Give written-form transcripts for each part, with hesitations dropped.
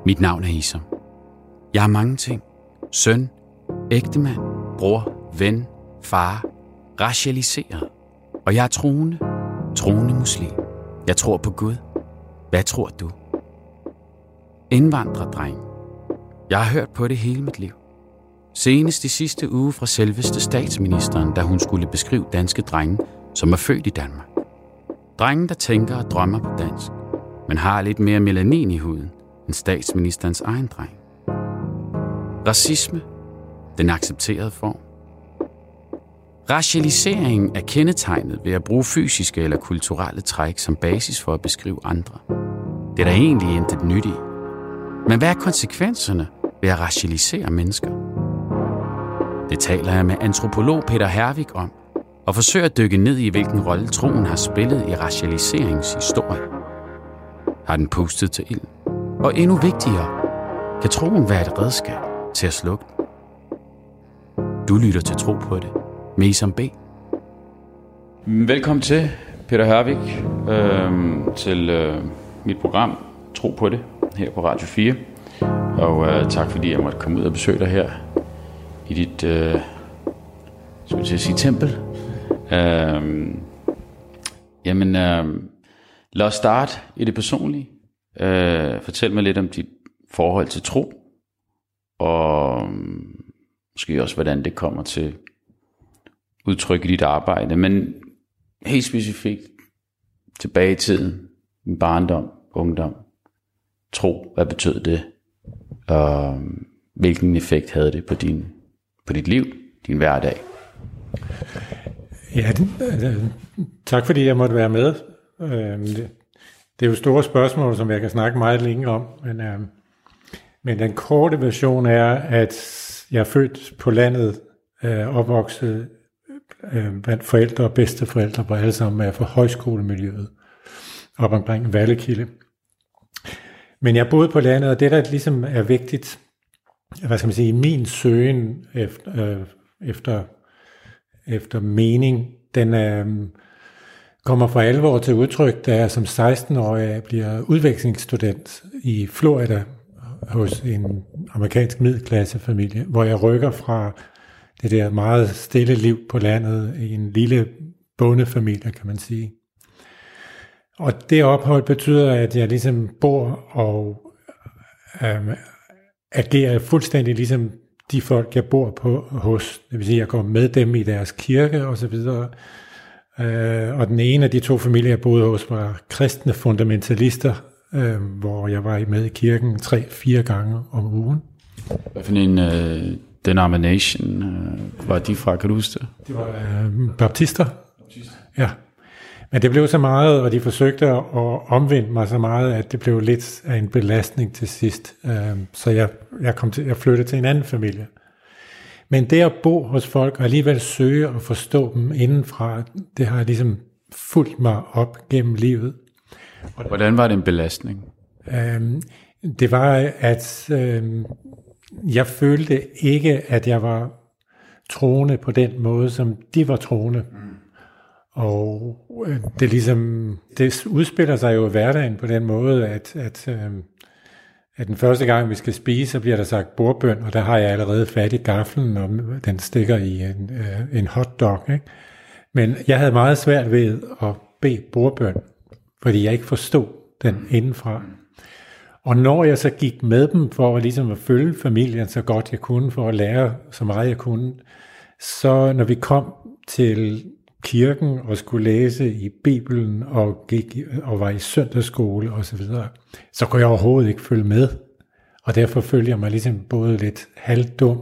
Mit navn er Isom. Jeg har mange ting. Søn, ægtemand, bror, ven, far, racialiseret. Og jeg er troende muslim. Jeg tror på Gud. Hvad tror du? Indvandrerdreng. Jeg har hørt på det hele mit liv. Senest i sidste uge fra selveste statsministeren, da hun skulle beskrive danske drenge, som er født i Danmark. Drenge, der tænker og drømmer på dansk, men har lidt mere melanin i huden end statsministerens egen dreng. Racisme, den accepterede form. Racialiseringen er kendetegnet ved at bruge fysiske eller kulturelle træk som basis for at beskrive andre. Det er der egentlig intet nyt i. Men hvad er konsekvenserne ved at racialisere mennesker? Det taler jeg med antropolog Peter Hervik om, og forsøger at dykke ned i, hvilken rolle troen har spillet i racialiseringens historie. Har den pustet til ild? Og endnu vigtigere, kan troen være et redskab til at slukke den? Du lytter til Tro på det med Isom B. Velkommen til, Peter Hervik, til mit program Tro på det, her på Radio 4. Og tak fordi jeg måtte komme ud og besøge dig her i dit, skulle jeg sige, tempel. Lad os starte i det personlige. Fortæl mig lidt om dit forhold til tro, og måske også, hvordan det kommer til udtryk i dit arbejde, men helt specifikt tilbage i tiden, din barndom, ungdom, tro, hvad betød det, og hvilken effekt havde det på dit liv, din hverdag? Ja, tak fordi jeg måtte være med. Det er jo store spørgsmål, som jeg kan snakke meget længe om, men den korte version er, at jeg er født på landet, opvokset blandt forældre og bedsteforældre, hvor alle sammen er fra højskolemiljøet op omkring Vallekilde. Men jeg boede på landet, og det der ligesom er vigtigt, hvad skal man sige, i min søgen efter mening, den kommer for alvor til udtryk, da jeg som 16-årig bliver udvekslingsstudent i Florida hos en amerikansk middelklassefamilie, hvor jeg rykker fra det der meget stille liv på landet i en lille bondefamilie, kan man sige. Og det ophold betyder, at jeg ligesom bor og agerer fuldstændig ligesom de folk, jeg bor på hos. Det vil sige, at jeg går med dem i deres kirke og så videre. Og den ene af de to familier, jeg boede hos, var kristne fundamentalister, hvor jeg var med i kirken 3-4 gange om ugen. Hvad for en denomination var de fra, kan du huske det? Det var baptister. Ja. Men det blev så meget, og de forsøgte at omvende mig så meget, at det blev lidt af en belastning til sidst. Så jeg flyttede til en anden familie. Men det at bo hos folk og alligevel søge og forstå dem indenfra, det har ligesom fulgt mig op gennem livet. Hvordan var det en belastning? Det var, at jeg følte ikke, at jeg var troende på den måde, som de var troende. Og det udspiller sig jo i hverdagen på den måde, at den første gang, vi skal spise, så bliver der sagt bordbøn, og der har jeg allerede fat i gaflen, og den stikker i en hotdog. Ikke? Men jeg havde meget svært ved at bede bordbøn, fordi jeg ikke forstod den indenfra. Og når jeg så gik med dem for ligesom at følge familien så godt jeg kunne, for at lære så meget jeg kunne, så når vi kom til kirken og skulle læse i Bibelen og var i søndagsskole og så videre, så kunne jeg overhovedet ikke følge med. Og derfor følte jeg mig ligesom både lidt halvdum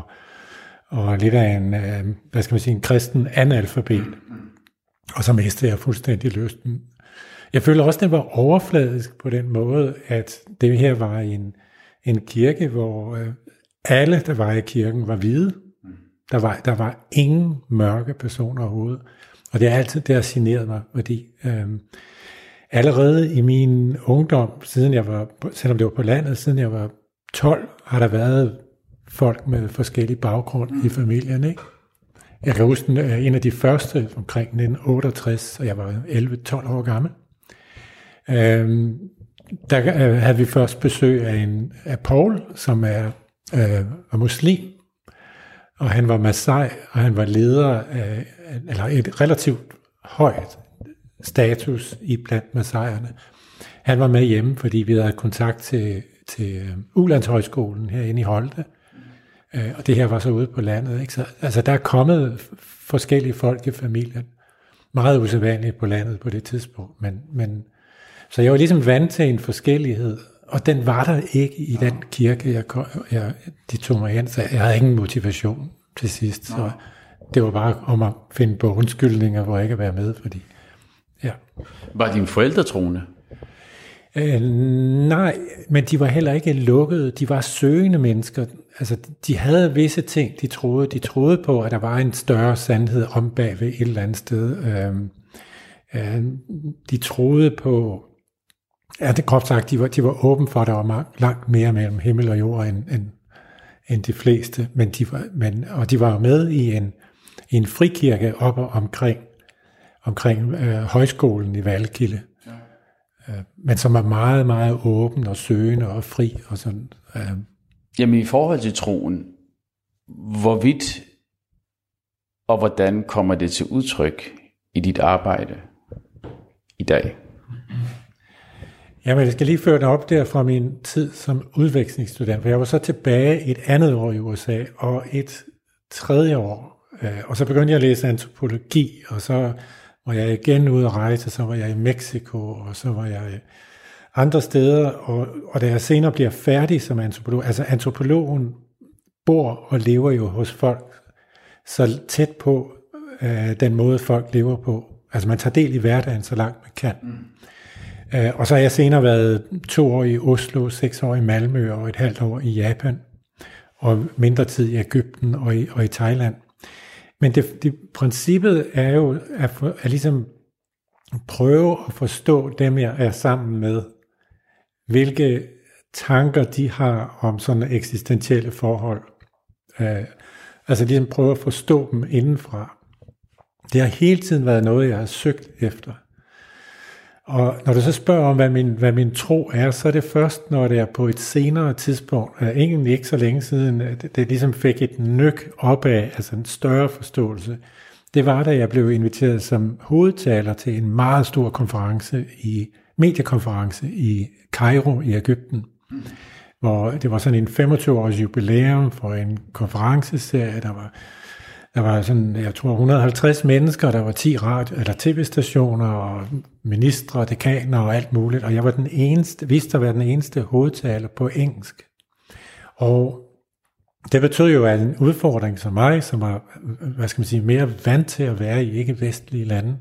og lidt af en kristen analfabet. Og så mistede jeg fuldstændig lysten. Jeg følte også, at den var overfladisk på den måde, at det her var en kirke, hvor alle, der var i kirken, var hvide. Der var ingen mørke personer overhovedet. Og det er altid, det har generet mig, fordi allerede i min ungdom, selvom det var på landet, siden jeg var 12, har der været folk med forskellige baggrund i familien, ikke? Jeg kan huske en af de første omkring 1968, og jeg var 11-12 år gammel. der havde vi først besøg af Paul, som er muslim, og han var Masai, og han var leder af eller et relativt højt status i blandt Masaierne. Han var med hjemme, fordi vi havde kontakt til Ulandshøjskolen herinde i Holte, og det her var så ude på landet. Ikke? Så, altså, der er kommet forskellige folk i familien. Meget usædvanligt på landet på det tidspunkt. Men så jeg var ligesom vant til en forskellighed, og den var der ikke i den kirke, de tog mig hen, så jeg havde ingen motivation til sidst. Så det var bare om at finde på undskyldninger, hvor jeg ikke at være med, fordi ja. Var dine forældre troende? Nej, men de var heller ikke lukkede. De var søgende mennesker. Altså, de havde visse ting, de troede. De troede på, at der var en større sandhed om bagved et eller andet sted. De troede på, det er groft sagt, de var åbne for, at der var langt mere mellem himmel og jord end de fleste. Og de var med i en frikirke op og omkring højskolen i Vallekilde. Men som er meget, meget åben og søgende og fri og sådan. Jamen i forhold til troen, hvorvidt og hvordan kommer det til udtryk i dit arbejde i dag? Jamen jeg skal lige føre det op der fra min tid som udvekslingsstudent, for jeg var så tilbage et andet år i USA og et tredje år, og så begyndte jeg at læse antropologi, og så var jeg igen ude at rejse, så var jeg i Mexico, og så var jeg andre steder, og da jeg senere bliver færdig som antropolog, altså antropologen bor og lever jo hos folk, så tæt på den måde folk lever på. Altså man tager del i hverdagen så langt man kan. Og så har jeg senere været 2 år i Oslo, 6 år i Malmø og et halvt år i Japan, og mindre tid i Egypten og i Thailand. Men princippet er jo at ligesom prøve at forstå dem, jeg er sammen med, hvilke tanker de har om sådan eksistentielle forhold. Altså ligesom prøve at forstå dem indenfra. Det har hele tiden været noget, jeg har søgt efter. Og når du så spørger om, hvad min tro er, så er det først, når det er på et senere tidspunkt, egentlig ikke så længe siden, det ligesom fik et nyk opad, altså en større forståelse. Det var, da jeg blev inviteret som hovedtaler til en meget stor mediekonference i Kairo i Egypten, hvor det var sådan en 25-års jubilæum for en konferenceserie, der var sådan, jeg tror 150 mennesker, der var 10 tv-stationer og ministre, dekaner og alt muligt, og jeg var viste at være den eneste hovedtaler på engelsk. Og det betød jo, at en udfordring som mig, som var, mere vant til at være i ikke-vestlige lande,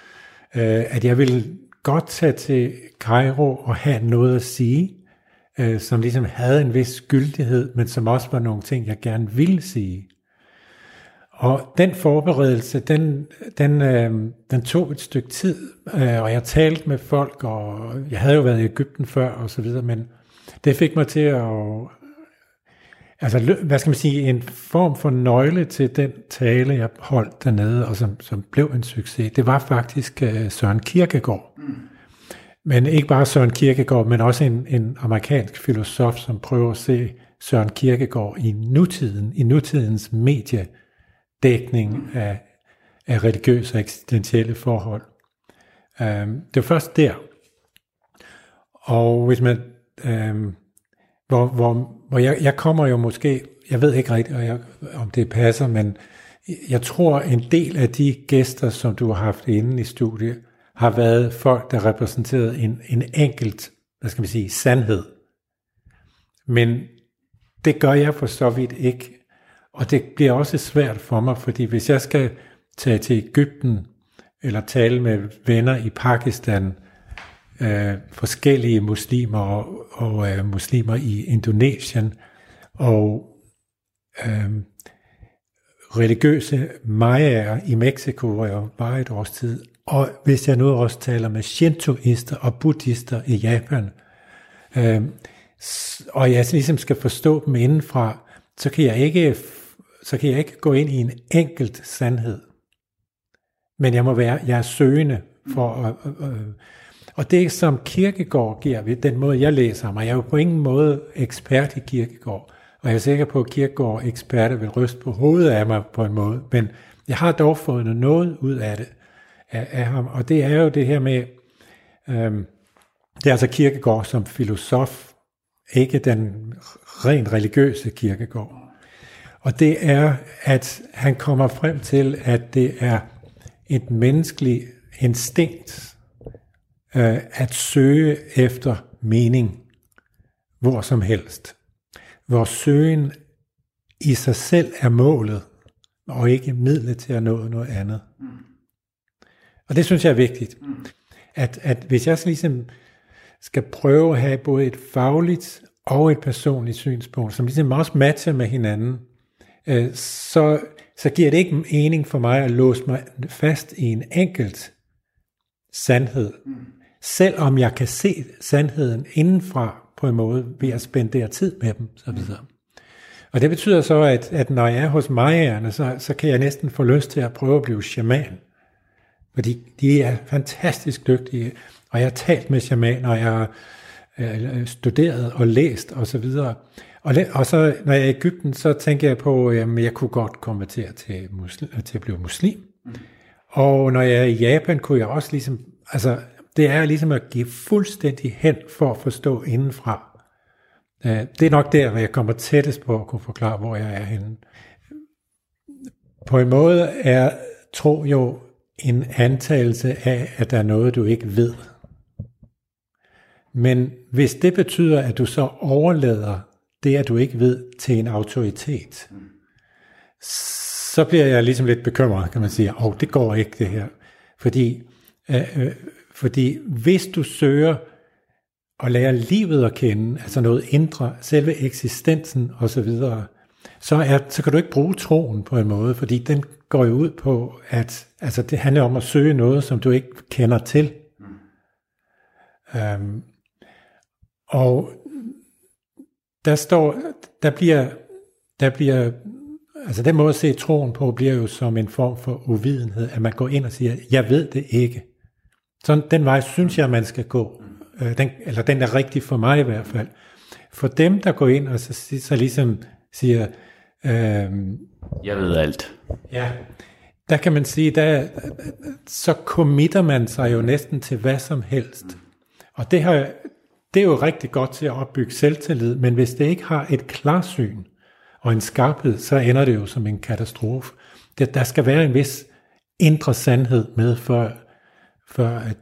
at jeg ville godt tage til Kairo og have noget at sige, som ligesom havde en vis gyldighed, men som også var nogle ting, jeg gerne ville sige. Og den forberedelse, den tog et stykke tid, og jeg talte med folk, og jeg havde jo været i Egypten før, og så videre, men det fik mig til at, en form for nøgle til den tale, jeg holdt dernede, og som blev en succes. Det var faktisk Søren Kierkegaard. Men ikke bare Søren Kierkegaard, men også en amerikansk filosof, som prøver at se Søren Kierkegaard i nutidens mediedækning af religiøse og eksistentielle forhold. Det var først der. Og hvis man, hvor jeg kommer jo måske, jeg ved ikke rigtigt, om det passer, men jeg tror en del af de gæster, som du har haft inde i studiet, har været folk, der repræsenterede en enkelt, sandhed. Men det gør jeg for så vidt ikke. Og det bliver også svært for mig, fordi hvis jeg skal tage til Egypten, eller tale med venner i Pakistan, forskellige muslimer og muslimer i Indonesien, og religiøse mayaer i Mexico, hvor jeg var et års tid, og hvis jeg nu også taler med shintoister og buddhister i Japan, og jeg ligesom skal forstå dem indenfra, så kan jeg ikke gå ind i en enkelt sandhed. Men jeg er søgende for Og det, som Kierkegaard giver ved den måde, jeg læser ham, og jeg er jo på ingen måde ekspert i Kierkegaard, og jeg er sikker på, at Kierkegaard eksperter vil ryste på hovedet af mig på en måde, men jeg har dog fået noget ud af det, af ham, og det er jo det her med, det er altså Kierkegaard som filosof, ikke den rent religiøse Kierkegaard. Og det er, at han kommer frem til, at det er et menneskeligt instinkt at søge efter mening hvor som helst. Hvor søgen i sig selv er målet, og ikke midlet til at nå noget andet. Og det synes jeg er vigtigt. At hvis jeg ligesom skal prøve at have både et fagligt og et personligt synspunkt, som ligesom også matcher med hinanden, så giver det ikke mening for mig at låse mig fast i en enkelt sandhed. Selvom jeg kan se sandheden indenfra på en måde, ved at spendere tid med dem. Og det betyder så, at når jeg er hos Mayaerne, så kan jeg næsten få lyst til at prøve at blive shaman. Fordi de er fantastisk dygtige, og jeg har talt med shamaner, og jeg har studeret og læst osv. Og så når jeg er i Egypten, så tænker jeg på, at jeg kunne godt konvertere til at blive muslim. Og når jeg er i Japan, kunne jeg også ligesom, altså det er ligesom at give fuldstændig hen for at forstå indenfra. Det er nok der, hvor jeg kommer tættest på at kunne forklare, hvor jeg er henne. På en måde er tro jo en antagelse af, at der er noget, du ikke ved. Men hvis det betyder, at du så overlader det, at du ikke ved, til en autoritet, så bliver jeg ligesom lidt bekymret, kan man sige. Det går ikke det her. Fordi hvis du søger at lære livet at kende, altså noget indre, selve eksistensen osv., så kan du ikke bruge troen på en måde, fordi den går jo ud på, at altså det handler om at søge noget, som du ikke kender til. Og der bliver altså den måde at se troen på, bliver jo som en form for uvidenhed, at man går ind og siger, jeg ved det ikke. Sådan den vej synes jeg, man skal gå. Den er rigtig for mig i hvert fald. For dem, der går ind og så ligesom siger, jeg ved alt. Ja, der kan man sige, så committer man sig jo næsten til hvad som helst. Og det er jo rigtig godt til at opbygge selvtillid, men hvis det ikke har et klarsyn og en skarphed, så ender det jo som en katastrofe. Der skal være en vis indre sandhed med, for at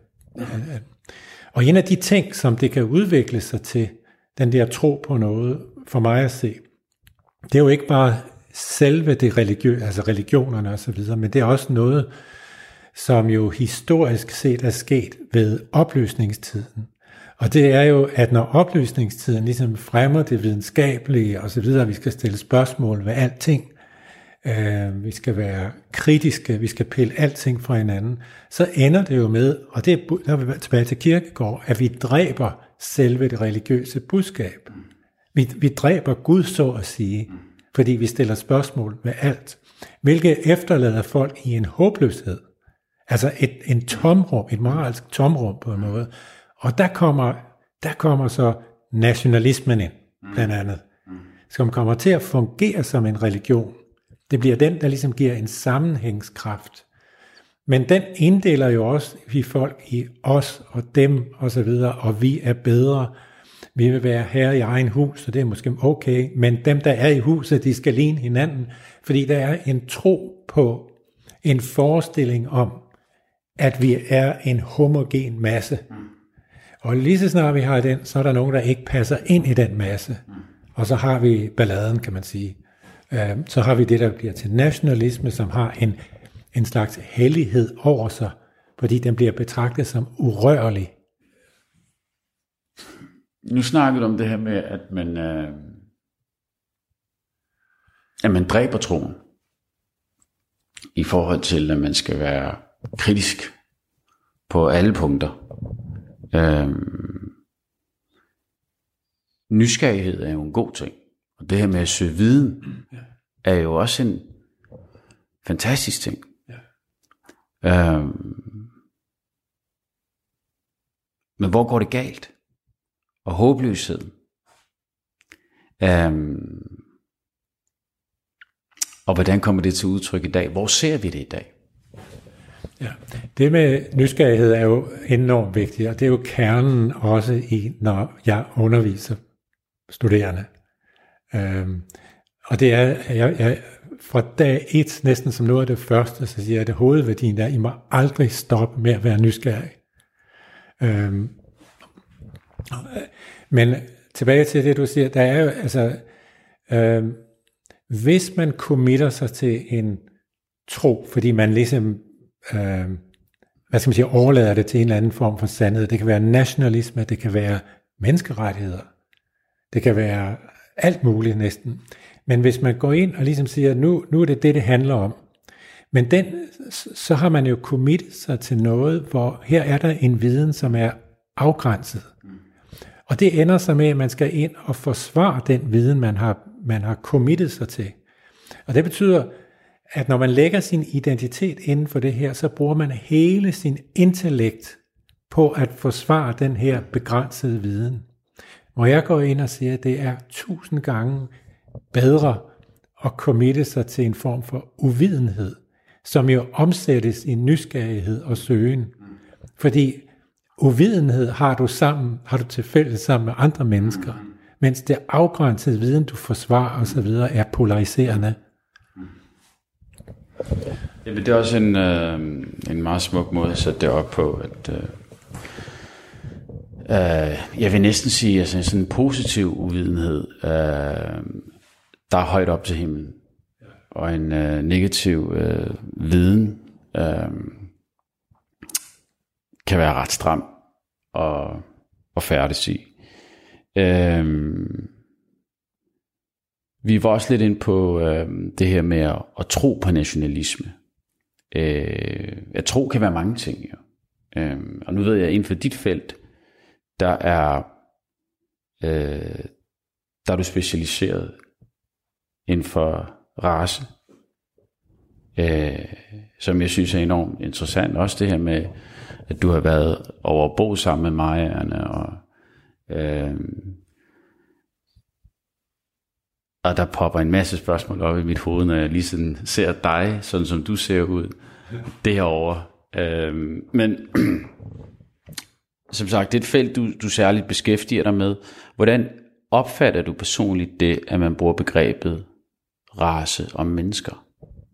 og en af de ting, som det kan udvikle sig til, den der tro på noget, for mig at se, det er jo ikke bare selve det altså religionerne og så videre, men det er også noget, som jo historisk set er sket ved oplysningstiden. Og det er jo, at når oplysningstiden ligesom fremmer det videnskabelige og så videre, vi skal stille spørgsmål ved alting, vi skal være kritiske, vi skal pille alting fra hinanden, så ender det jo med, og det er vi tilbage til Kierkegaard, at vi dræber selve det religiøse budskab. Vi dræber Gud, så at sige, fordi vi stiller spørgsmål ved alt, hvilket efterlader folk i en håbløshed. Altså et tomrum, et moralsk tomrum på en måde. Og der kommer så nationalismen ind, blandt andet, som kommer til at fungere som en religion. Det bliver den, der ligesom giver en sammenhængskraft. Men den inddeler jo også vi folk i os og dem og så videre, og vi er bedre. Vi vil være her i egen hus, så det er måske okay, men dem, der er i huset, de skal ligne hinanden, fordi der er en tro på en forestilling om, at vi er en homogen masse. Og lige så snart vi har den, så er der nogen, der ikke passer ind i den masse. Og så har vi balladen, kan man sige. Så har vi det, der bliver til nationalisme, som har en slags hellighed over sig, fordi den bliver betragtet som urørlig. Nu snakker du om det her med, at man dræber troen, i forhold til, at man skal være kritisk på alle punkter. Nysgerrighed er jo en god ting. Og det her med at søge viden, er jo også en fantastisk ting. Men hvor går det galt? Og håbløsheden. Og hvordan kommer det til udtryk i dag? Hvor ser vi det i dag? Ja, det med nysgerrighed er jo enormt vigtigt, og det er jo kernen også i, når jeg underviser studerende. Og det er, jeg fra dag 1, næsten som noget af det første, så siger jeg, at hovedværdien er, at I må aldrig stoppe med at være nysgerrig. Men tilbage til det, du siger, der er jo, altså, hvis man committer sig til en tro, fordi man ligesom, hvad skal man sige, overlader det til en eller anden form for sandhed. Det kan være nationalisme, det kan være menneskerettigheder, det kan være alt muligt næsten. Men hvis man går ind og ligesom siger, nu er det det handler om, men så har man jo committet sig til noget, hvor her er der en viden, som er afgrænset. Og det ender så med, at man skal ind og forsvare den viden, man har committet sig til. Og det betyder, at når man lægger sin identitet inden for det her, så bruger man hele sin intellekt på at forsvare den her begrænsede viden. Hvor jeg går ind og siger, at det er 1000 gange bedre at committe sig til en form for uvidenhed, som jo omsættes i nysgerrighed og søgen. Fordi uvidenhed har du til fælles sammen med andre mennesker, mens det afgrænsede viden, du forsvarer osv., er polariserende. Ja, det er også en meget smuk måde at sætte det op på, at jeg vil næsten sige, altså sådan en positiv uvidenhed, der er højt op til himlen, og en negativ viden kan være ret stram og færdes i. Vi var også lidt ind på det her med at tro på nationalisme. At tro kan være mange ting. Jo. Og nu ved jeg, inden for dit felt, der er du specialiseret inden for race, som jeg synes er enormt interessant. Også det her med, at du har været over at bo sammen med mayaerne, og der popper en masse spørgsmål op i mit hoved, når jeg lige sådan ser dig, sådan som du ser ud derovre. Men som sagt, det er et felt, du særligt beskæftiger dig med. Hvordan opfatter du personligt det, at man bruger begrebet race om mennesker?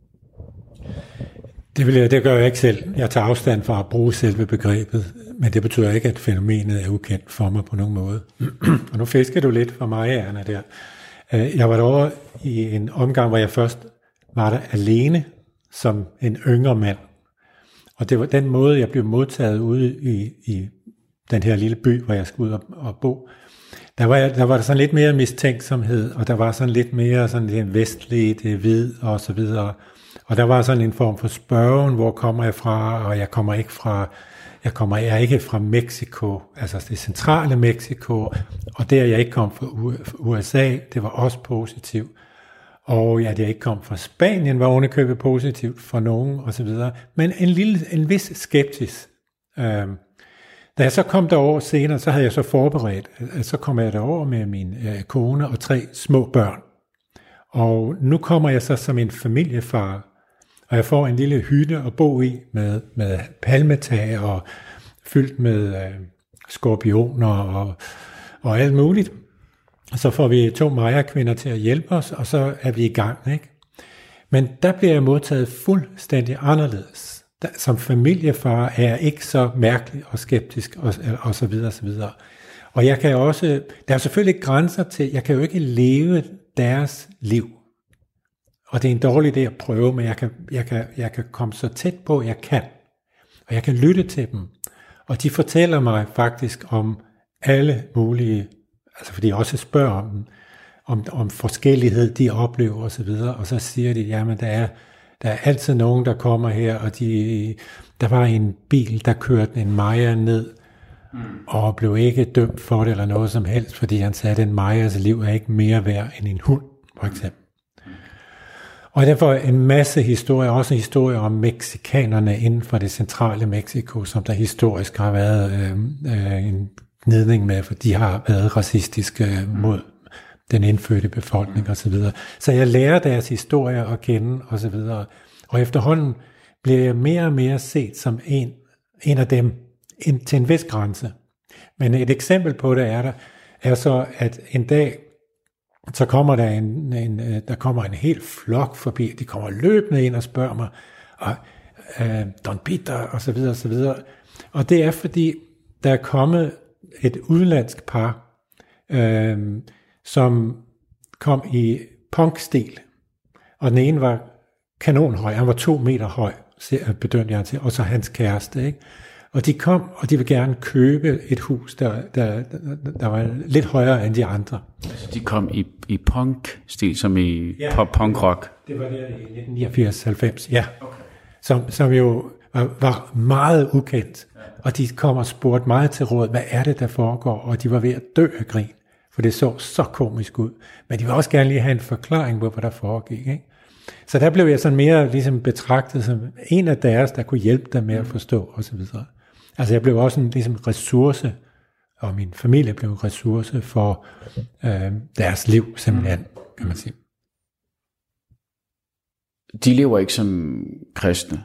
Det gør jeg ikke selv. Jeg tager afstand fra at bruge selve begrebet, men det betyder ikke, at fænomenet er ukendt for mig på nogen måde. Og nu fisker du lidt for mayaerne der. Jeg var derovre i en omgang, hvor jeg først var der alene som en yngre mand. Og det var den måde, jeg blev modtaget ude i den her lille by, hvor jeg skulle ud og bo. Der var der sådan lidt mere mistænksomhed, og der var sådan lidt mere sådan det vestlige, det hvid og så videre. Og der var sådan en form for spørgen, hvor kommer jeg fra, og jeg er ikke fra Mexico, altså det centrale Mexico, og der jeg ikke kom fra USA, det var også positivt. Og ja, det jeg ikke kom fra Spanien, var ovenikøbet positivt for nogen, og så videre. Men en vis skepsis. Da jeg så kom derover senere, så havde jeg så forberedt, så kom jeg derover med min kone og 3 små børn. Og nu kommer jeg så som en familiefar, og jeg får en lille hytte at bo i med palmetag og fyldt med skorpioner og alt muligt. Og så får vi 2 Maya-kvinder til at hjælpe os, og så er vi i gang, ikke? Men der bliver jeg modtaget fuldstændig anderledes. Som familiefar er jeg ikke så mærkelig og skeptisk og så videre, så videre. Og jeg kan også, der er selvfølgelig grænser til, jeg kan jo ikke leve deres liv. Og det er en dårlig idé at prøve, men jeg kan komme så tæt på, jeg kan. Og jeg kan lytte til dem. Og de fortæller mig faktisk om alle mulige, altså fordi jeg også spørger om dem, om forskellighed, de oplever og så videre. Og så siger de, jamen der er altid nogen, der kommer her, og der var en bil, der kørte en Maya ned, og blev ikke dømt for det eller noget som helst, fordi han sagde, at en Mayas liv er ikke mere værd end en hund, for eksempel. Og derfor en masse historier, også historier om mexikanerne inden for det centrale Mexico, som der historisk har været en gnidning med, for de har været racistiske mod den indfødte befolkning osv. Så jeg lærer deres historier at kende osv. Og efterhånden bliver jeg mere og mere set som en af dem til en vis grænse. Men et eksempel på det er så, at en dag, så kommer der kommer en hel flok forbi. De kommer løbende ind og spørger mig, Don Peter, og så videre, og så videre. Og det er fordi, der er kommet et udenlandsk par, som kom i punkstil. Og den ene var kanonhøj. Han var 2 meter høj, bedømte jeg til. Og så hans kæreste, ikke? Og de kom, og de ville gerne købe et hus, der var lidt højere end de andre. Altså, de kom i punk-stil, som i punk-rock? Det var der i 1989-90, ja. Okay. Som jo var meget ukendt. Ja. Og de kom og spurgte meget til råd, hvad er det, der foregår? Og de var ved at dø af grin, for det så komisk ud. Men de ville også gerne lige have en forklaring på, hvad der foregik, ikke? Så der blev jeg sådan mere ligesom betragtet som en af deres, der kunne hjælpe dem med at forstå, og så videre. Altså jeg blev også en ligesom ressource, og min familie blev en ressource for deres liv, simpelthen, kan man sige. De lever ikke som kristne.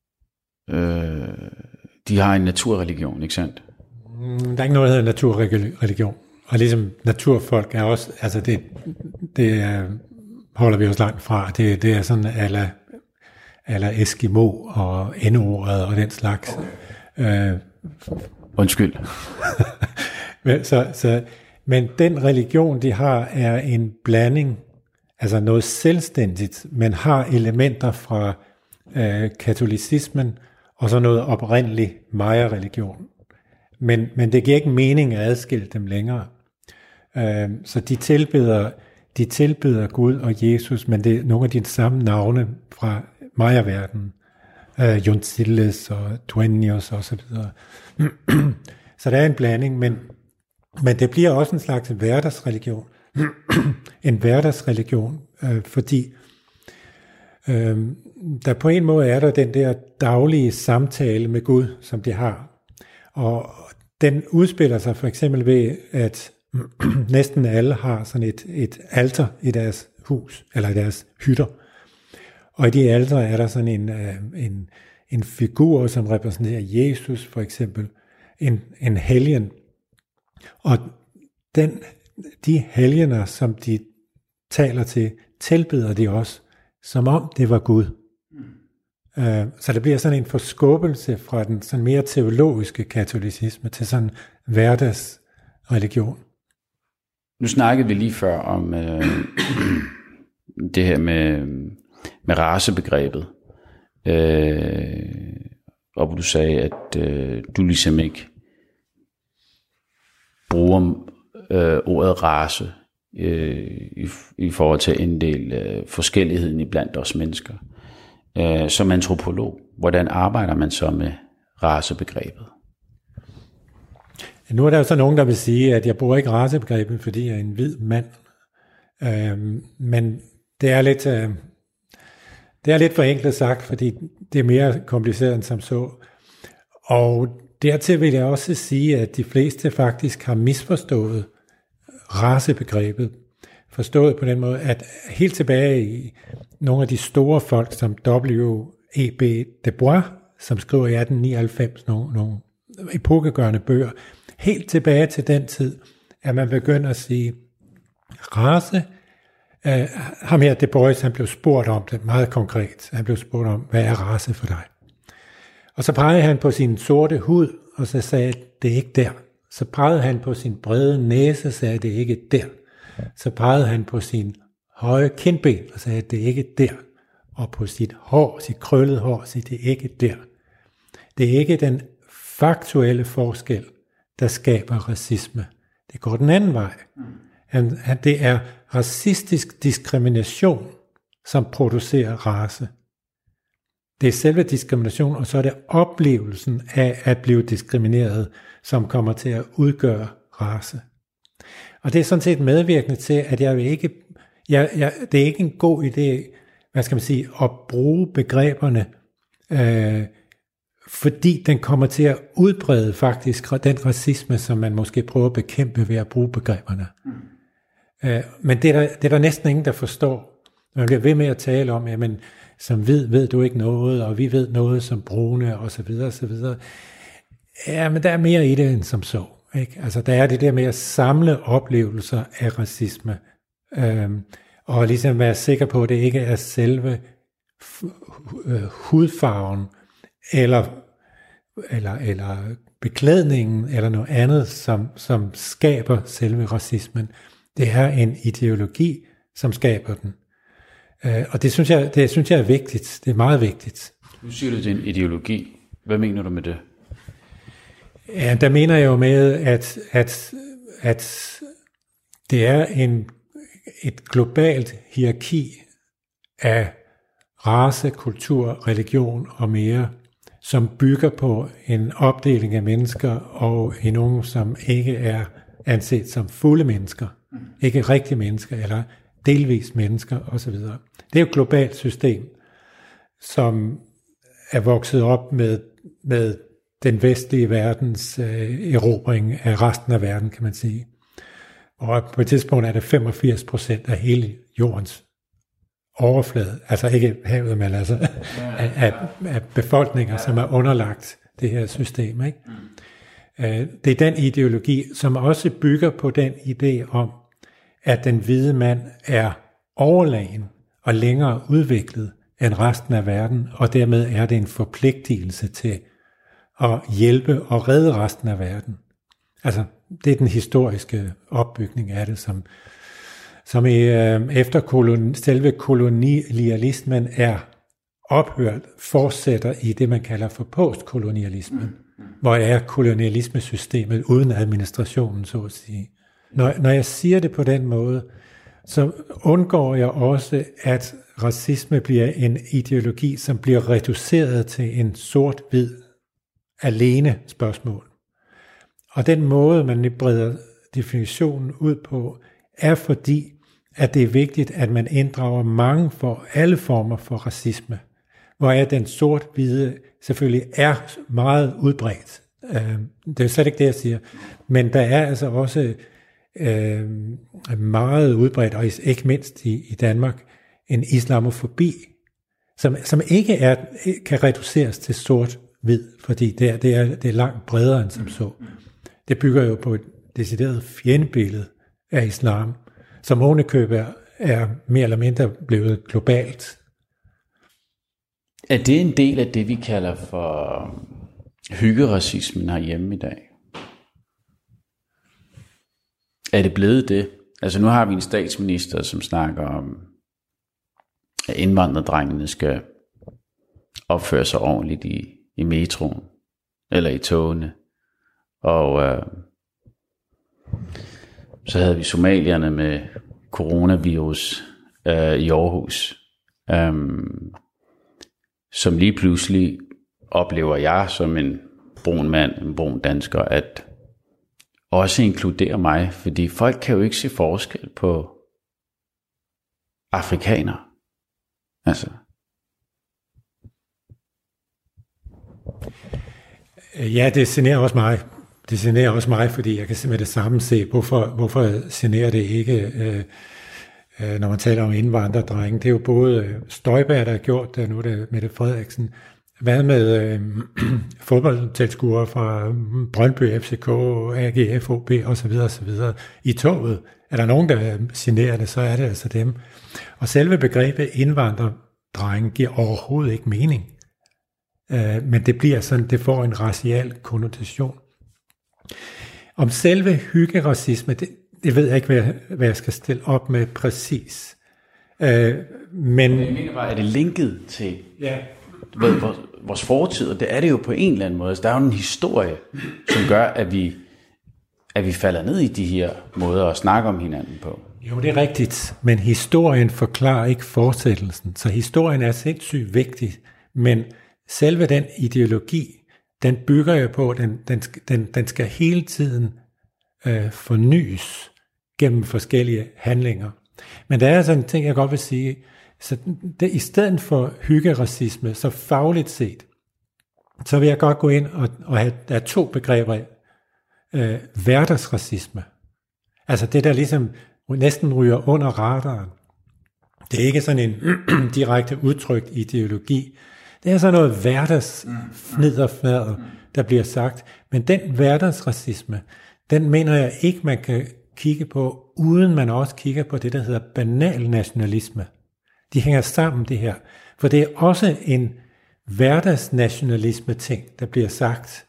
De har en naturreligion, ikke sandt? Der er ikke noget, der hedder naturreligion. Og ligesom naturfolk er også, altså det holder vi os langt fra. Det er sådan ala Eskimo og N-ordet og den slags. Undskyld. Men den religion, de har, er en blanding, altså noget selvstændigt, men har elementer fra katolicismen og så noget oprindelig Maya-religion. Men det giver ikke mening at adskille dem længere. Så de tilbeder Gud og Jesus, men det er nogle af de samme navne fra Maya-verdenen. Yontziles og Dueños og så videre. Så der er en blanding, men det bliver også en slags hverdagsreligion. En hverdagsreligion, fordi der på en måde er der den der daglige samtale med Gud, som de har. Og den udspiller sig for eksempel ved, at næsten alle har sådan et alter i deres hus, eller i deres hytter. Og i de alter er der sådan en figur, som repræsenterer Jesus, for eksempel. En helgen. Og de helgener, som de taler til, tilbeder de også, som om det var Gud. Så der bliver sådan en forskubbelse fra den sådan mere teologiske katolicisme til sådan hverdagsreligion. Nu snakkede vi lige før om det her med racebegrebet. Og hvor du sagde, at du ligesom ikke bruger ordet race i forhold til at inddele forskelligheden iblandt os mennesker. Som antropolog, hvordan arbejder man så med racebegrebet? Nu er der jo så nogen, der vil sige, at jeg bruger ikke racebegrebet, fordi jeg er en hvid mand. Men det er lidt forenklet sagt, fordi det er mere kompliceret end som så. Og dertil vil jeg også sige, at de fleste faktisk har misforstået racebegrebet. Forstået på den måde, at helt tilbage i nogle af de store folk, som W.E.B. Du Bois, som skriver i 1899 nogle epokegørende bøger, helt tilbage til den tid, at man begynder at sige, race, ham her, Du Bois, han blev spurgt om det meget konkret. Han blev spurgt om, hvad er race for dig? Og så pegede han på sin sorte hud, og så sagde, det er ikke der. Så pegede han på sin brede næse, og sagde, det er ikke der. Så pegede han på sin høje kindben, og sagde, det er ikke der. Og på sit hår, sit krøllede hår, sagde, det er ikke der. Det er ikke den faktuelle forskel, der skaber racisme. Det går den anden vej. Det er racistisk diskrimination, som producerer race. Det er selve diskrimination, og så er det oplevelsen af at blive diskrimineret, som kommer til at udgøre race. Og det er sådan set medvirkende til, at det er ikke en god idé, at bruge begreberne, fordi den kommer til at udbrede faktisk den racisme, som man måske prøver at bekæmpe ved at bruge begreberne. Men det er der næsten ingen, der forstår. Man bliver ved med at tale om, jamen, som hvid ved du ikke noget, og vi ved noget som brune, og så videre, og så videre. Ja, men der er mere i det end som så. Ikke? Altså, der er det der med at samle oplevelser af racisme, og ligesom være sikker på, at det ikke er selve hudfarven, eller beklædningen, eller noget andet, som skaber selve racismen. Det er en ideologi, som skaber den. Og det synes jeg er vigtigt. Det er meget vigtigt. Nu siger du, det er en ideologi. Hvad mener du med det? Ja, der mener jeg jo med, at det er et globalt hierarki af race, kultur, religion og mere, som bygger på en opdeling af mennesker og i nogen, som ikke er anset som fulde mennesker, ikke rigtige mennesker eller delvis mennesker osv. Det er jo et globalt system, som er vokset op med den vestlige verdens erobring af resten af verden, kan man sige. Og på et tidspunkt er det 85% af hele jordens overflade, altså ikke havet, men altså af befolkninger, som er underlagt det her system. Ikke? Det er den ideologi, som også bygger på den idé om, at den hvide mand er overlegen og længere udviklet end resten af verden, og dermed er det en forpligtelse til at hjælpe og redde resten af verden. Altså, det er den historiske opbygning af det, som efter selve kolonialismen er ophørt, fortsætter i det, man kalder for postkolonialismen, hvor er kolonialismesystemet uden administrationen, så at sige. Når jeg siger det på den måde, så undgår jeg også, at racisme bliver en ideologi, som bliver reduceret til en sort-hvid alene spørgsmål. Og den måde, man breder definitionen ud på, er fordi, at det er vigtigt, at man inddrager alle former for racisme, hvor den sort-hvide selvfølgelig er meget udbredt. Det er slet ikke det, jeg siger. Men der er altså også meget udbredt, og ikke mindst i Danmark, en islamofobi, som ikke kan reduceres til sort-hvid, fordi det er langt bredere end som så. Det bygger jo på et decideret fjendebillede af islam, som ovenikøbet er mere eller mindre blevet globalt. Er det en del af det, vi kalder for hyggeracismen herhjemme i dag? Er det blevet det? Altså nu har vi en statsminister, som snakker om, at indvandrerdrengene skal opføre sig ordentligt i metroen, eller i togene. Og så havde vi somalierne med coronavirus i Aarhus, som lige pludselig oplever jeg som en brun mand, en brun dansker, at også inkludere mig, fordi folk kan jo ikke se forskel på afrikanere. Altså. Ja, det generer også mig. Det generer også mig, fordi jeg kan simpelthen det samme se, hvorfor generer det ikke, når man taler om indvandrerdrenge. Det er jo både Støjberg, der har gjort det, nu er det Mette Frederiksen. Hvad med fodboldtilskuere fra Brøndby, FCK, AGF, OB osv. i toget? Er der nogen, der generer det, så er det altså dem. Og selve begrebet indvandrerdrenge giver overhovedet ikke mening. Men det bliver sådan, det får en racial konnotation. Om selve hyggeracisme, det ved jeg ikke, hvad jeg skal stille op med præcis. Men jeg mener bare, er det linket til vores fortid, og det er det jo på en eller anden måde. Så der er jo en historie, som gør, at vi falder ned i de her måder at snakke om hinanden på. Jo, det er rigtigt, men historien forklarer ikke fortsættelsen. Så historien er sindssygt vigtig, men selve den ideologi, den bygger jo på, at den skal hele tiden fornyes gennem forskellige handlinger. Men der er sådan en ting, jeg godt vil sige, Så det, i stedet for hyggeracisme, så fagligt set, så vil jeg godt gå ind og have to begreber. Hverdagsracisme. Altså det, der ligesom næsten ryger under radaren. Det er ikke sådan en direkte udtrykt ideologi. Det er sådan noget hverdagsfnidderfnader, der bliver sagt. Men den hverdagsracisme, den mener jeg ikke, man kan kigge på, uden man også kigger på det, der hedder banal nationalisme. De hænger sammen, det her. For det er også en hverdagsnationalisme-ting, der bliver sagt.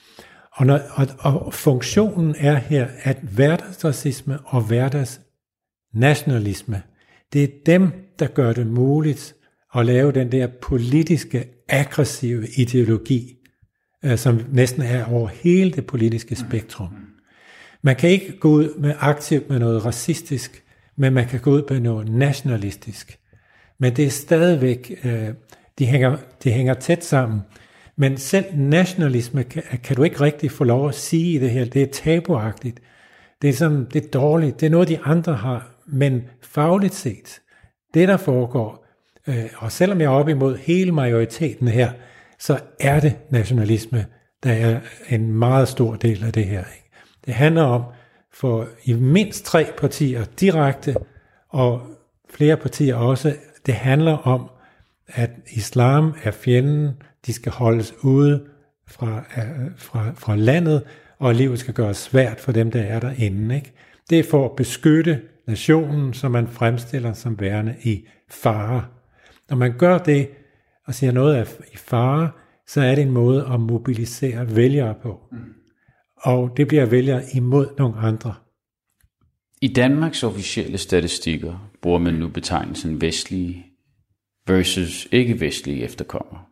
Og funktionen er her, at hverdagsracisme og hverdagsnationalisme, det er dem, der gør det muligt at lave den der politiske, aggressive ideologi, som næsten er over hele det politiske spektrum. Man kan ikke gå ud med aktivt med noget racistisk, men man kan gå ud med noget nationalistisk. Men det er stadigvæk, de hænger tæt sammen. Men selv nationalisme kan du ikke rigtig få lov at sige i det her. Det er tabuagtigt. Det er det er dårligt. Det er noget, de andre har. Men fagligt set, det der foregår, og selvom jeg er op imod hele majoriteten her, så er det nationalisme, der er en meget stor del af det her. Ikke? Det handler om, for i mindst 3 partier direkte, og flere partier også, det handler om, at islam er fjenden, de skal holdes ude fra landet, og livet skal gøres svært for dem, der er derinde. Ikke? Det er for at beskytte nationen, som man fremstiller som værende i fare. Når man gør det, og siger noget er i fare, så er det en måde at mobilisere vælgere på. Og det bliver vælgere imod nogle andre. I Danmarks officielle statistikker bruger man nu betegnelsen vestlige versus ikke-vestlige efterkommere.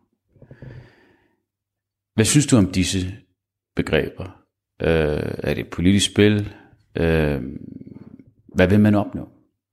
Hvad synes du om disse begreber? Er det et politisk spil? Hvad vil man opnå?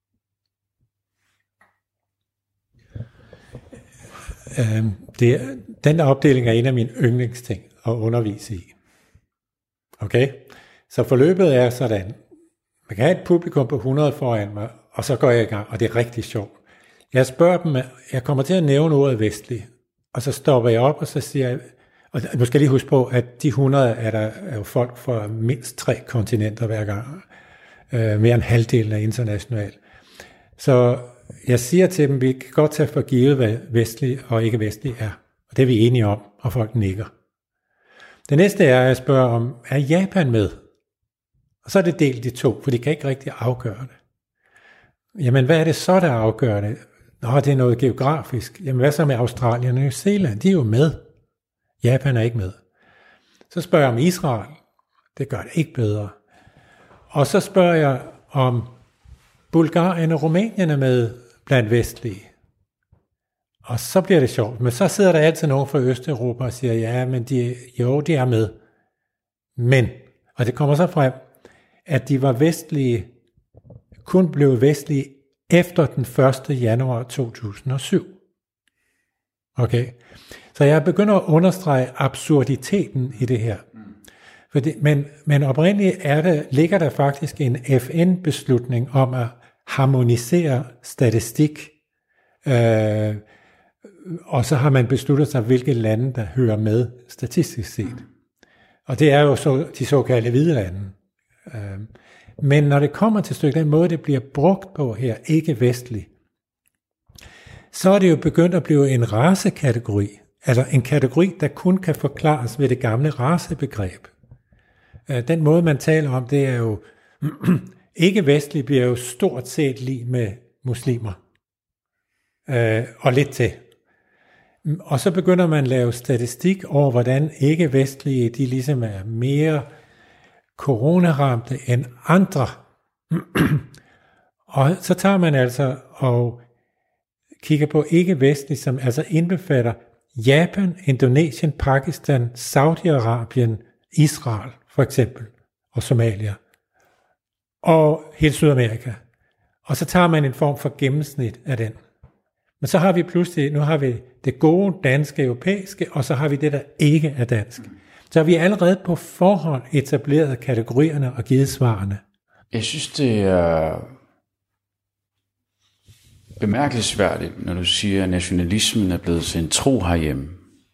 Den opdeling er en af mine yndlingsting at undervise i. Okay? Så forløbet er sådan. Man kan have et publikum på 100 foran mig, og så går jeg i gang, og det er rigtig sjovt. Jeg spørger dem, jeg kommer til at nævne ordet vestlig, og så stopper jeg op, og så siger jeg, og nu skal jeg lige huske på, at de 100 er jo folk fra mindst 3 kontinenter hver gang. Mere end halvdelen er international. Så jeg siger til dem, vi kan godt tage for givet, hvad vestlig og ikke vestlig er. Og det er vi enige om, og folk nikker. Det næste er, at jeg spørger om, er Japan med? Og så er det delt i 2, for de kan ikke rigtig afgøre det. Jamen, hvad er det så, der afgør det? Nå, det er noget geografisk. Jamen, hvad så med Australien og New Zealand? De er jo med. Japan er ikke med. Så spørger jeg om Israel. Det gør det ikke bedre. Og så spørger jeg om Bulgarien og Rumænien er med blandt vestlige. Og så bliver det sjovt. Men så sidder der altid nogen fra Østeuropa og siger, ja, men de er med. Men, og det kommer så frem, at de var vestlige, kun blev vestlige efter den 1. januar 2007. Okay? Så jeg begynder at understrege absurditeten i det her. Men oprindeligt ligger der faktisk en FN-beslutning om at harmonisere statistik, og så har man besluttet sig, hvilke lande, der hører med statistisk set. Og det er jo de såkaldte hvide lande. Men når det kommer til stykket, den måde, det bliver brugt på her, ikke vestlig, så er det jo begyndt at blive en racekategori, altså en kategori, der kun kan forklares ved det gamle racebegreb. Den måde, man taler om, det er jo, ikke vestlig bliver jo stort set lige med muslimer. Og lidt til. Og så begynder man at lave statistik over, hvordan ikke-vestlige, de ligesom er mere coronaramte end andre. Og så tager man altså og kigger på ikke-vestlige, som altså indbefatter Japan, Indonesien, Pakistan, Saudi-Arabien, Israel for eksempel, og Somalia, og hele Sydamerika. Og så tager man en form for gennemsnit af den. Men så har vi pludselig, nu har vi det gode danske, europæiske, og så har vi det, der ikke er dansk. Så har vi allerede på forhånd etableret kategorierne og givet svarene. Jeg synes, det er bemærkelsesværdigt, når du siger, at nationalismen er blevet til en tro herhjemme.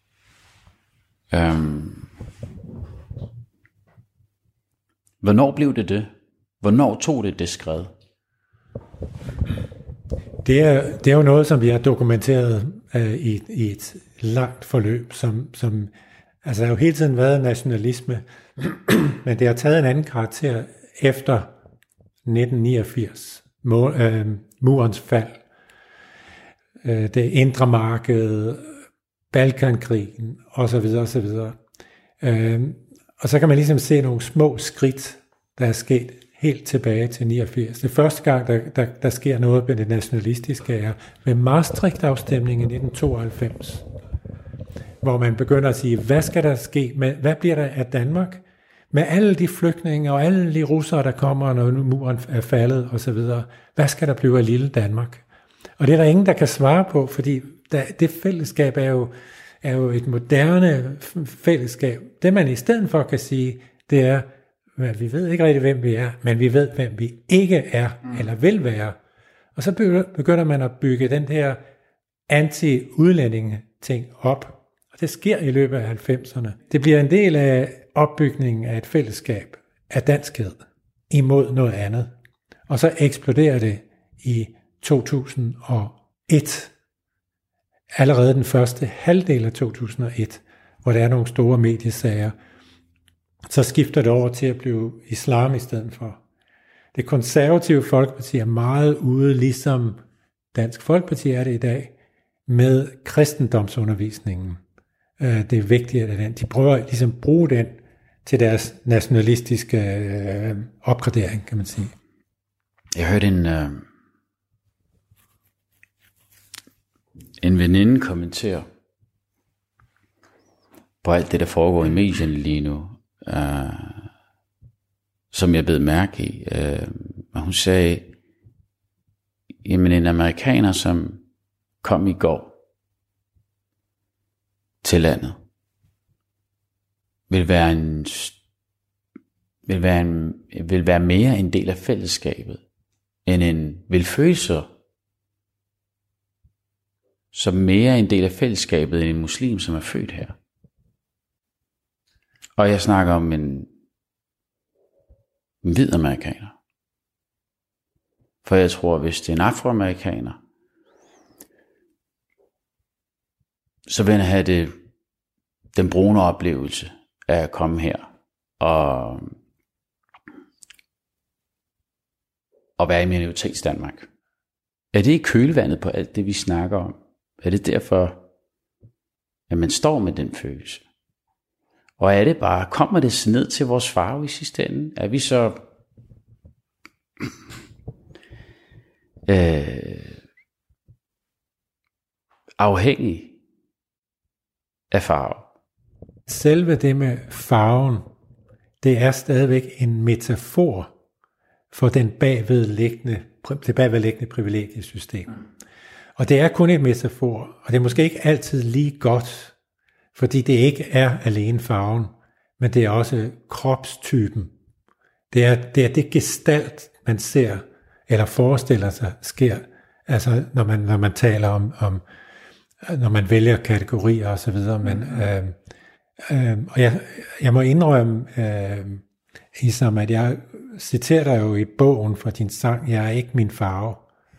Hvornår blev det? Hvornår tog det skred? Det er jo noget, som vi har dokumenteret i et langt forløb, som altså der har jo hele tiden været nationalisme, men det har taget en anden karakter efter 1989, murens fald, det indre marked, Balkankrigen osv. osv. Og så kan man ligesom se nogle små skridt, der er sket helt tilbage til 89. Det første gang, der sker noget med det nationalistiske, er ved Maastricht-afstemningen i 1992, hvor man begynder at sige, hvad skal der ske? Hvad bliver der af Danmark? Med alle de flygtninge og alle de russere, der kommer, når muren er faldet osv. Hvad skal der blive af lille Danmark? Og det er der ingen, der kan svare på, fordi det fællesskab er jo et moderne fællesskab. Det man i stedet for kan sige, det er, at vi ved ikke rigtig, hvem vi er, men vi ved, hvem vi ikke er, eller vil være. Og så begynder man at bygge den her anti-udlændinge-ting op. Og det sker i løbet af 90'erne. Det bliver en del af opbygningen af et fællesskab af danskhed imod noget andet. Og så eksploderer det i 2001. Allerede den første halvdel af 2001, hvor der er nogle store mediesager, så skifter det over til at blive islam i stedet for. Det konservative Folkeparti er meget ude, ligesom Dansk Folkeparti er det i dag, med kristendomsundervisningen. Det er vigtigt, at de prøver ligesom at bruge den til deres nationalistiske opgradering, kan man sige. Jeg hørte en veninde kommentere på alt det, der foregår i medierne lige nu, som jeg blev mærke i. Og hun sagde, jamen en amerikaner, som kom i går til landet, vil være mere en del af fællesskabet, end en vil føle sig som mere en del af fællesskabet end en muslim, som er født her. Og jeg snakker om en hvid amerikaner. For jeg tror, hvis det er en afroamerikaner, så vil han have den brune oplevelse af at komme her og være i minoritetsdanmark. Er det i kølvandet på alt det, vi snakker om? Er det derfor, at man står med den følelse? Og er det bare, kommer det ned til vores farve i sidste ende? Er vi så afhængige af farve? Selve det med farven, det er stadigvæk en metafor for det bagvedliggende privilegiesystem. Og det er kun et metafor, og det er måske ikke altid lige godt, fordi det ikke er alene farven, men det er også kropstypen. Det er det gestalt, man ser, eller forestiller sig, sker, altså når man taler om når man vælger kategorier og så videre. Men, og jeg må indrømme, Isam, at jeg citerer dig jo i bogen fra din sang, Jeg er ikke min farve.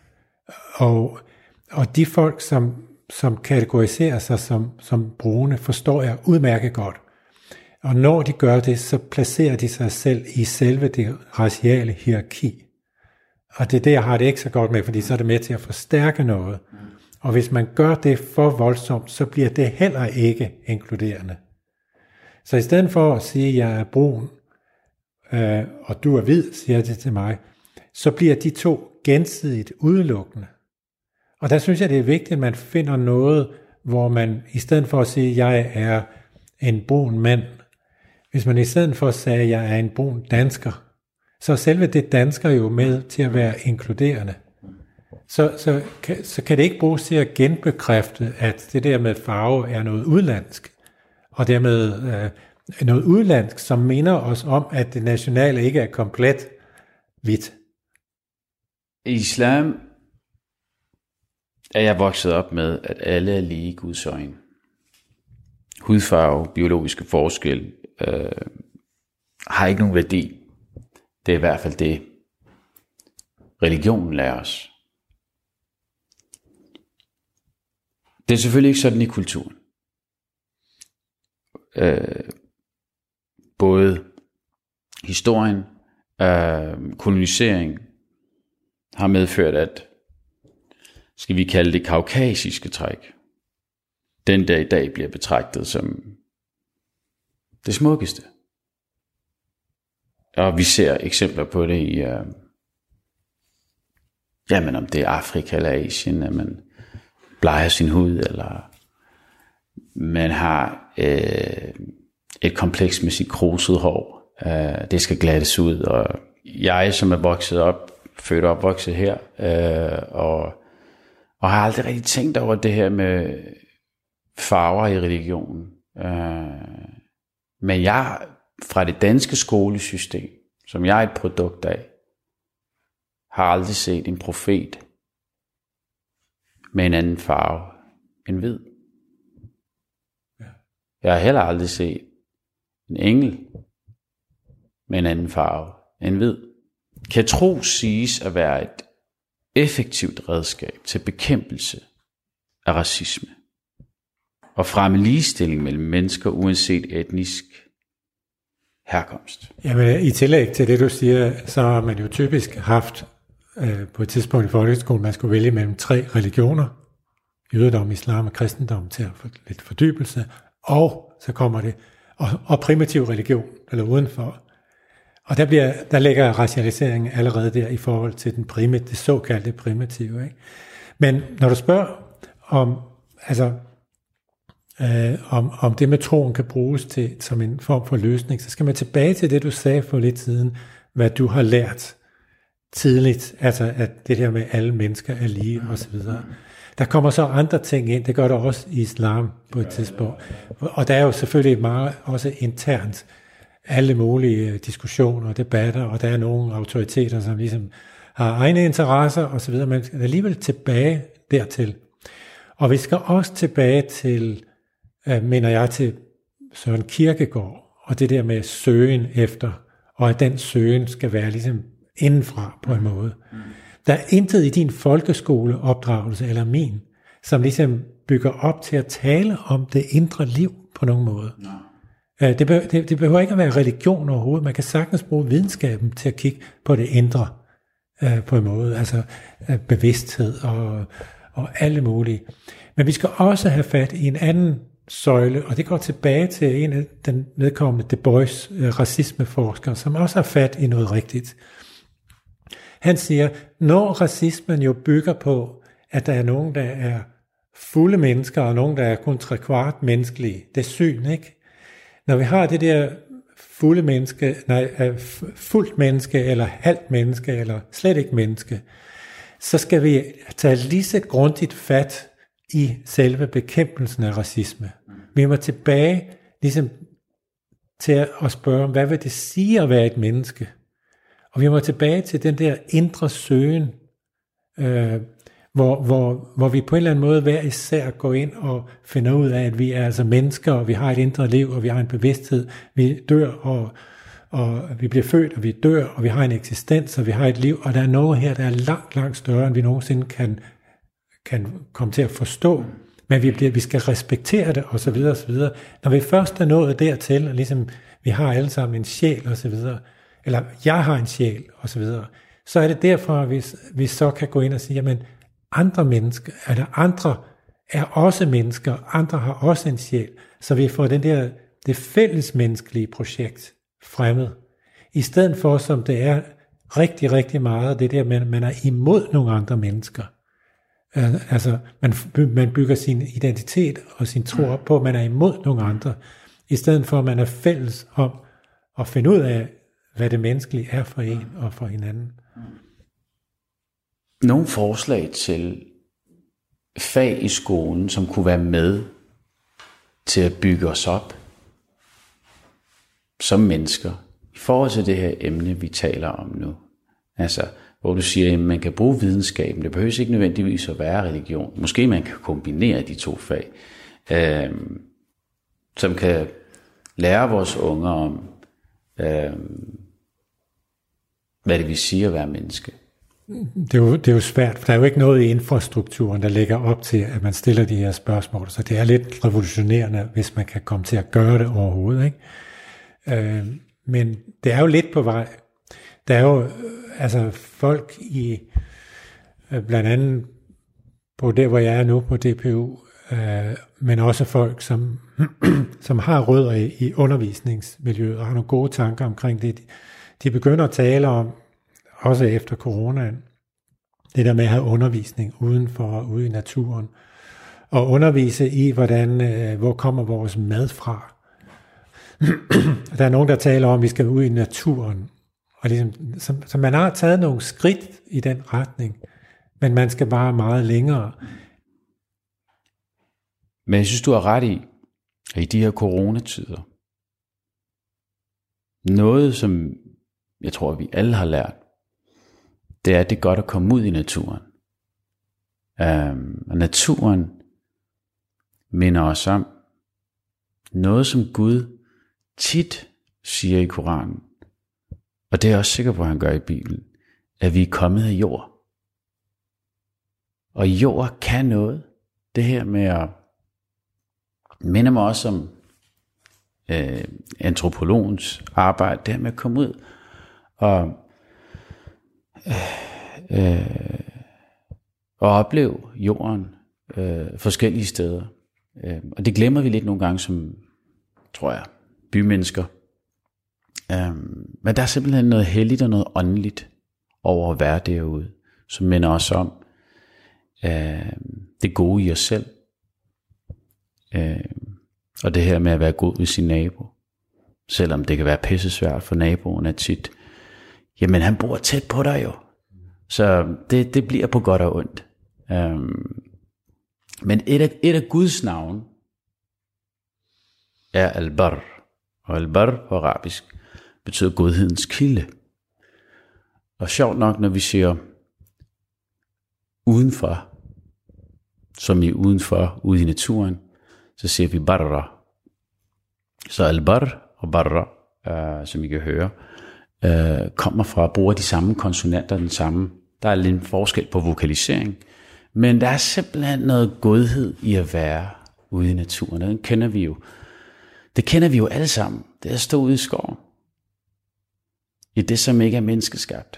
Og de folk, som kategoriserer sig som brune, forstår jeg udmærket godt. Og når de gør det, så placerer de sig selv i selve det raciale hierarki. Og det er det, jeg har det ikke så godt med, fordi så er det med til at forstærke noget. Og hvis man gør det for voldsomt, så bliver det heller ikke inkluderende. Så i stedet for at sige, at jeg er brun, og du er hvid, siger det til mig, så bliver de to gensidigt udelukkende. Og der synes jeg, det er vigtigt, at man finder noget, hvor man i stedet for at sige, at jeg er en brun mand, hvis man i stedet for at sige, at jeg er en brun dansker, så er selve det dansker jo med til at være inkluderende. Så kan det ikke bruges til at genbekræfte, at det der med farve er noget udlandsk, og dermed noget udlandsk, som minder os om, at det nationale ikke er komplet hvidt. Islam er jeg vokset op med, at alle er lige i Guds øjne. Hudfarve, biologiske forskel, har ikke nogen værdi. Det er i hvert fald det, religionen lærer os. Det er selvfølgelig ikke sådan i kulturen. Både historien, kolonisering har medført, at skal vi kalde det kaukasiske træk, den der i dag bliver betragtet som det smukkeste. Og vi ser eksempler på det i, jamen om det er Afrika eller Asien, at man bleger sin hud, eller man har et kompleks med sit krusede hår. Det skal glattes ud, og jeg som er vokset op, født og opvokset her, og har aldrig rigtig tænkt over det her med farver i religionen. Men jeg fra det danske skolesystem, som jeg er et produkt af, har aldrig set en profet med en anden farve end hvid. Jeg har heller aldrig set en engel med en anden farve end hvid. Kan tro siges at være et effektivt redskab til bekæmpelse af racisme og fremme ligestilling mellem mennesker uanset etnisk herkomst. Jamen, i tillæg til det, du siger, så har man jo typisk haft på et tidspunkt i folkeskolen, man skulle vælge mellem 3 religioner, jødedom, islam og kristendom, til at få lidt fordybelse, og så kommer det, og primitiv religion, eller udenfor. Og der ligger rationaliseringen allerede der i forhold til det såkaldte primitive. Ikke? Men når du spørger om det med troen kan bruges som en form for løsning, så skal man tilbage til det, du sagde for lidt siden, hvad du har lært tidligt, altså at det der med alle mennesker er lige osv. Der kommer så andre ting ind, det gør der også i islam på et tidspunkt. Og der er jo selvfølgelig meget også internt alle mulige diskussioner og debatter, og der er nogle autoriteter, som ligesom har egne interesser osv., men alligevel tilbage dertil. Og vi skal også tilbage til, mener jeg, til Søren Kierkegaard, og det der med søgen efter, og at den søgen skal være ligesom indenfra på en måde. Der er intet i din folkeskoleopdragelse, eller min, som ligesom bygger op til at tale om det indre liv på nogen måde. Det behøver ikke at være religion overhovedet. Man kan sagtens bruge videnskaben til at kigge på det indre på en måde, altså bevidsthed og alle mulige. Men vi skal også have fat i en anden søjle, og det går tilbage til en af den vedkommende Du Bois, racismeforsker, som også har fat i noget rigtigt. Han siger, når racismen jo bygger på, at der er nogen, der er fulde mennesker, og nogen, der er kun 3/4 menneskelige, det er syn, ikke? Når vi har det der fuldt menneske, eller halvt menneske, eller slet ikke menneske, så skal vi tage lige så grundigt fat i selve bekæmpelsen af racisme. Vi må tilbage ligesom til at spørge, hvad vil det sige at være et menneske? Og vi må tilbage til den der indre søgen, hvor vi på en eller anden måde hver især går ind og finder ud af, at vi er altså mennesker, og vi har et indre liv, og vi har en bevidsthed. Vi dør, og vi bliver født, og vi dør, og vi har en eksistens, og vi har et liv, og der er noget her, der er langt, langt større, end vi nogensinde kan komme til at forstå. Men vi skal respektere det, og så videre, og så videre. Når vi først er nået dertil, og ligesom vi har alle sammen en sjæl, og så videre, eller jeg har en sjæl, og så videre, så er det derfor, at vi så kan gå ind og sige, jamen, andre mennesker, eller andre er også mennesker, andre har også en sjæl, så vi får det fællesmenneskelige projekt fremmed, i stedet for, som det er rigtig, rigtig meget, det der, man er imod nogle andre mennesker. Altså, man bygger sin identitet og sin tro op på, at man er imod nogle andre, i stedet for, at man er fælles om at finde ud af, hvad det menneskelige er for en og for hinanden. Nogle forslag til fag i skolen, som kunne være med til at bygge os op som mennesker, i forhold til det her emne, vi taler om nu. Altså, hvor du siger, at man kan bruge videnskaben. Det behøver ikke nødvendigvis at være religion. Måske man kan kombinere de to fag, som kan lære vores unger om, hvad det vil sige at være menneske. Det er jo svært, for der er jo ikke noget i infrastrukturen, der lægger op til, at man stiller de her spørgsmål. Så det er lidt revolutionerende, hvis man kan komme til at gøre det overhovedet, ikke? Men det er jo lidt på vej. Der er jo folk i, blandt andet på der, hvor jeg er nu på DPU, men også folk, som har rødder i undervisningsmiljøet og har nogle gode tanker omkring det. De begynder at tale om, også efter coronaen, det der med at have undervisning udenfor, ude i naturen, og undervise i, hvor kommer vores mad fra. Der er nogen, der taler om, at vi skal ud i naturen, og ligesom, så man har taget nogle skridt i den retning, men man skal bare meget længere. Men jeg synes, du har ret i de her coronatider, noget, som jeg tror, vi alle har lært, det er, at det er godt at komme ud i naturen. Og naturen minder os om noget, som Gud tit siger i Koranen, og det er jeg også sikker på, at han gør i Bibelen, at vi er kommet af jord. Og jord kan noget. Det her med at minde mig også om antropologens arbejde, det her med at komme ud og opleve jorden forskellige steder. Og det glemmer vi lidt nogle gange som, tror jeg, bymennesker. Men der er simpelthen noget helligt og noget åndeligt over at være derude, som minder os om det gode i os selv. Og det her med at være god ved sin nabo. Selvom det kan være pissesvært for naboen at tit, jamen han bor tæt på dig jo. Så det bliver på godt og ondt. Men et af Guds navn er Al-Bar. Og Al-Bar på arabisk betyder godhedens kilde. Og sjovt nok, når vi siger udenfor, som i udenfor, ude i naturen, så siger vi barra. Så Al-Bar og barra, som I kan høre, kommer fra, bruger de samme konsonanter, den samme. Der er lidt forskel på vokalisering, men der er simpelthen noget godhed i at være ude i naturen. Det kender vi jo alle sammen. Det er at stå ude i skoven. I det, som ikke er menneskeskabt.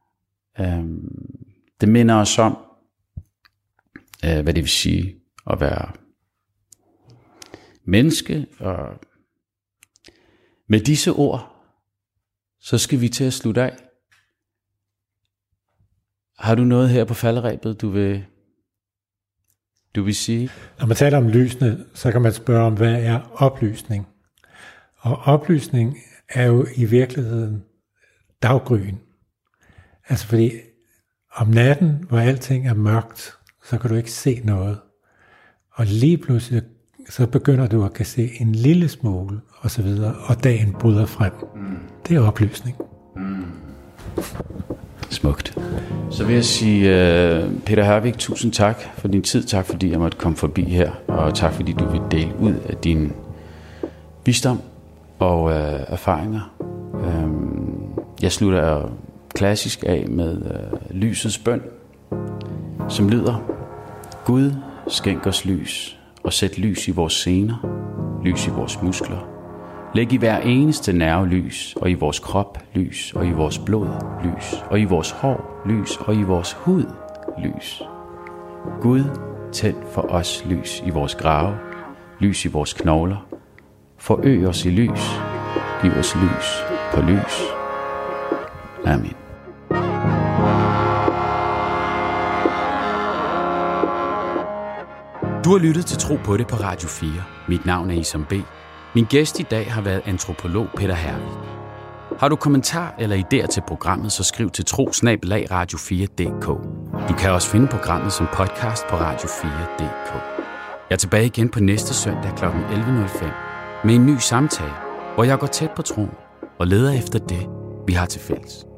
Det minder os om, hvad det vil sige at være menneske. Og med disse ord, så skal vi til at slutte af. Har du noget her på falderebet, du vil sige? Når man taler om lysene, så kan man spørge om, hvad er oplysning? Og oplysning er jo i virkeligheden daggryen. Altså fordi om natten, hvor alting er mørkt, så kan du ikke se noget. Og lige pludselig, så begynder du at kan se en lille smule, og så videre, og dagen bryder frem. Det er oplysning. Smukt. Så vil jeg sige, Peter Hervik, tusind tak for din tid. Tak fordi jeg måtte komme forbi her. Og tak fordi du vil dele ud af din visdom og erfaringer. Jeg slutter klassisk af med lysets bøn, som lyder: Gud, skænk os lys, og sæt lys i vores sener, lys i vores muskler. Læg i hver eneste nerve lys, og i vores krop lys, og i vores blod lys, og i vores hår lys, og i vores hud lys. Gud, tænd for os lys i vores grave, lys i vores knogler. Forøg os i lys, giv os lys på lys. Amen. Du har lyttet til Tro på det på Radio 4. Mit navn er Isam B. Min gæst i dag har været antropolog Peter Hervik. Har du kommentar eller idéer til programmet, så skriv til tro@radio4.dk. Du kan også finde programmet som podcast på radio4.dk. Jeg er tilbage igen på næste søndag kl. 11.05 med en ny samtale, hvor jeg går tæt på troen og leder efter det, vi har til fælles.